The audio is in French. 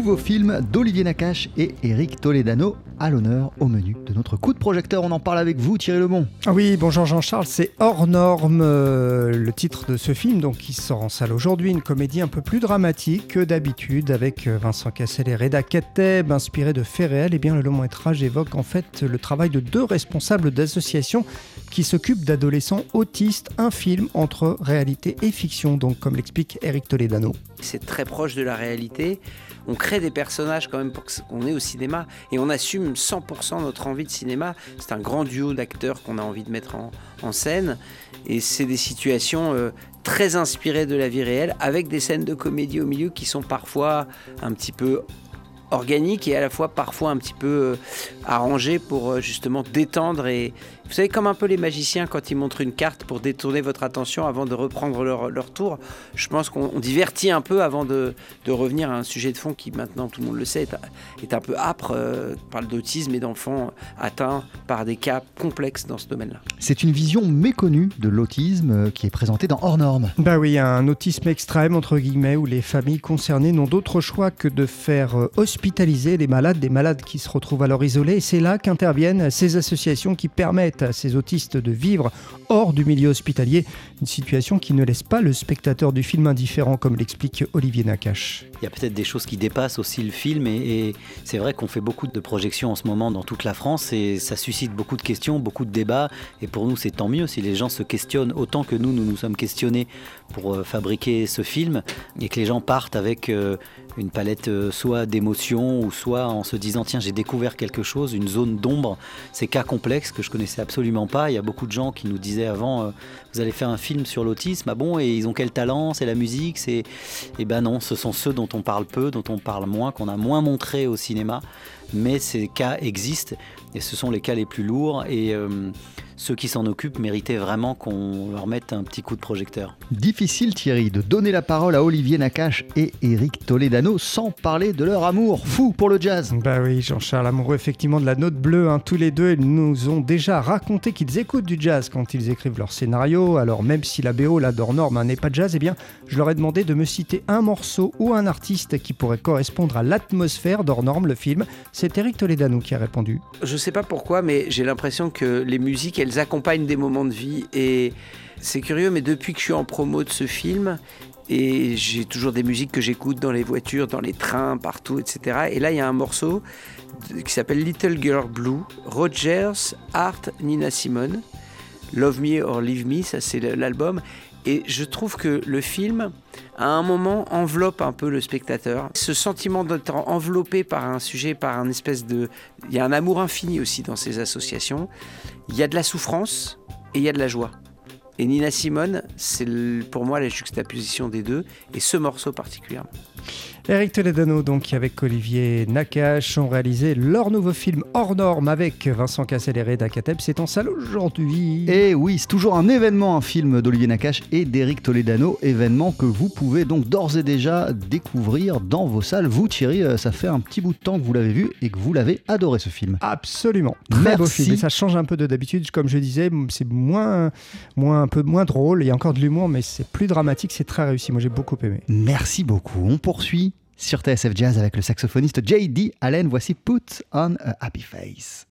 nouveau film d'Olivier Nakache et Éric Toledano à l'honneur au menu de notre coup de projecteur. On en parle avec vous, Thierry Lemont. Oui, bonjour Jean-Charles, c'est Hors Norme, le titre de ce film donc, qui sort en salle aujourd'hui, une comédie un peu plus dramatique que d'habitude avec Vincent Cassel et Reda Kateb, inspiré de faits réels. Eh bien, le long métrage évoque en fait le travail de deux responsables d'associations qui s'occupent d'adolescents autistes, un film entre réalité et fiction, donc comme l'explique Éric Toledano. C'est très proche de la réalité. On crée des personnages quand même pour qu'on est au cinéma et on assume 100% notre envie de cinéma. C'est un grand duo d'acteurs qu'on a envie de mettre en scène et c'est des situations très inspirées de la vie réelle avec des scènes de comédie au milieu qui sont parfois un petit peu organiques et à la fois parfois un petit peu arrangées pour justement détendre. Et vous savez, comme un peu les magiciens quand ils montrent une carte pour détourner votre attention avant de reprendre leur tour. Je pense qu'on divertit un peu avant de revenir à un sujet de fond qui maintenant, tout le monde le sait, est un peu âpre. On parle d'autisme et d'enfants atteints par des cas complexes dans ce domaine-là. C'est une vision méconnue de l'autisme qui est présentée dans Hors Norme. Bah oui, un autisme extrême entre guillemets où les familles concernées n'ont d'autre choix que de faire hospitaliser les malades, des malades qui se retrouvent alors isolés. Et c'est là qu'interviennent ces associations qui permettent à ces autistes de vivre hors du milieu hospitalier, une situation qui ne laisse pas le spectateur du film indifférent, comme l'explique Olivier Nakache. Il y a peut-être des choses qui dépassent aussi le film et c'est vrai qu'on fait beaucoup de projections en ce moment dans toute la France et ça suscite beaucoup de questions, beaucoup de débats et pour nous c'est tant mieux si les gens se questionnent autant que nous nous sommes questionnés pour fabriquer ce film et que les gens partent avec une palette soit d'émotions ou soit en se disant tiens j'ai découvert quelque chose, une zone d'ombre, ces cas complexes que je connaissais absolument pas. Il y a beaucoup de gens qui nous disaient avant vous allez faire un film sur l'autisme, ah bon, et ils ont quel talent, c'est la musique, et ben non, ce sont ceux dont on parle peu, dont on parle moins, qu'on a moins montré au cinéma, mais ces cas existent et ce sont les cas les plus lourds et ceux qui s'en occupent méritaient vraiment qu'on leur mette un petit coup de projecteur. Difficile, Thierry, de donner la parole à Olivier Nakache et Éric Toledano sans parler de leur amour fou pour le jazz. Bah oui, Jean-Charles, amoureux effectivement de la note bleue, tous les deux, ils nous ont déjà raconté qu'ils écoutent du jazz quand ils écrivent leur scénario. Alors même si la BO, là, d'Hors Norme, n'est pas de jazz, eh bien, je leur ai demandé de me citer un morceau ou un artiste qui pourrait correspondre à l'atmosphère d'Hors Norme, le film. C'est Éric Toledano qui a répondu. Je sais pas pourquoi, mais j'ai l'impression que les musiques, elles accompagnent des moments de vie et c'est curieux, mais depuis que je suis en promo de ce film, et j'ai toujours des musiques que j'écoute dans les voitures, dans les trains, partout, etc. Et là, il y a un morceau qui s'appelle Little Girl Blue, Rogers, Art, Nina Simone, Love Me or Leave Me, ça c'est l'album. Et je trouve que le film, à un moment, enveloppe un peu le spectateur. Ce sentiment d'être enveloppé par un sujet, par un espèce de... Il y a un amour infini aussi dans ces associations. Il y a de la souffrance et il y a de la joie. Et Nina Simone, c'est pour moi la juxtaposition des deux, et ce morceau particulièrement. Éric Toledano, donc, avec Olivier Nakache, ont réalisé leur nouveau film Hors Norme avec Vincent Cassel et Reda Kateb. C'est en salle aujourd'hui. Et oui, c'est toujours un événement, un film d'Olivier Nakache et d'Éric Toledano, événement que vous pouvez donc d'ores et déjà découvrir dans vos salles. Vous, Thierry, ça fait un petit bout de temps que vous l'avez vu et que vous l'avez adoré ce film. Absolument, très beau film. Et ça change un peu d'habitude, comme je disais, c'est un peu moins drôle. Il y a encore de l'humour, mais c'est plus dramatique, c'est très réussi. Moi, j'ai beaucoup aimé. Merci beaucoup. On poursuit sur TSF Jazz avec le saxophoniste J.D. Allen. Voici Put on a Happy Face.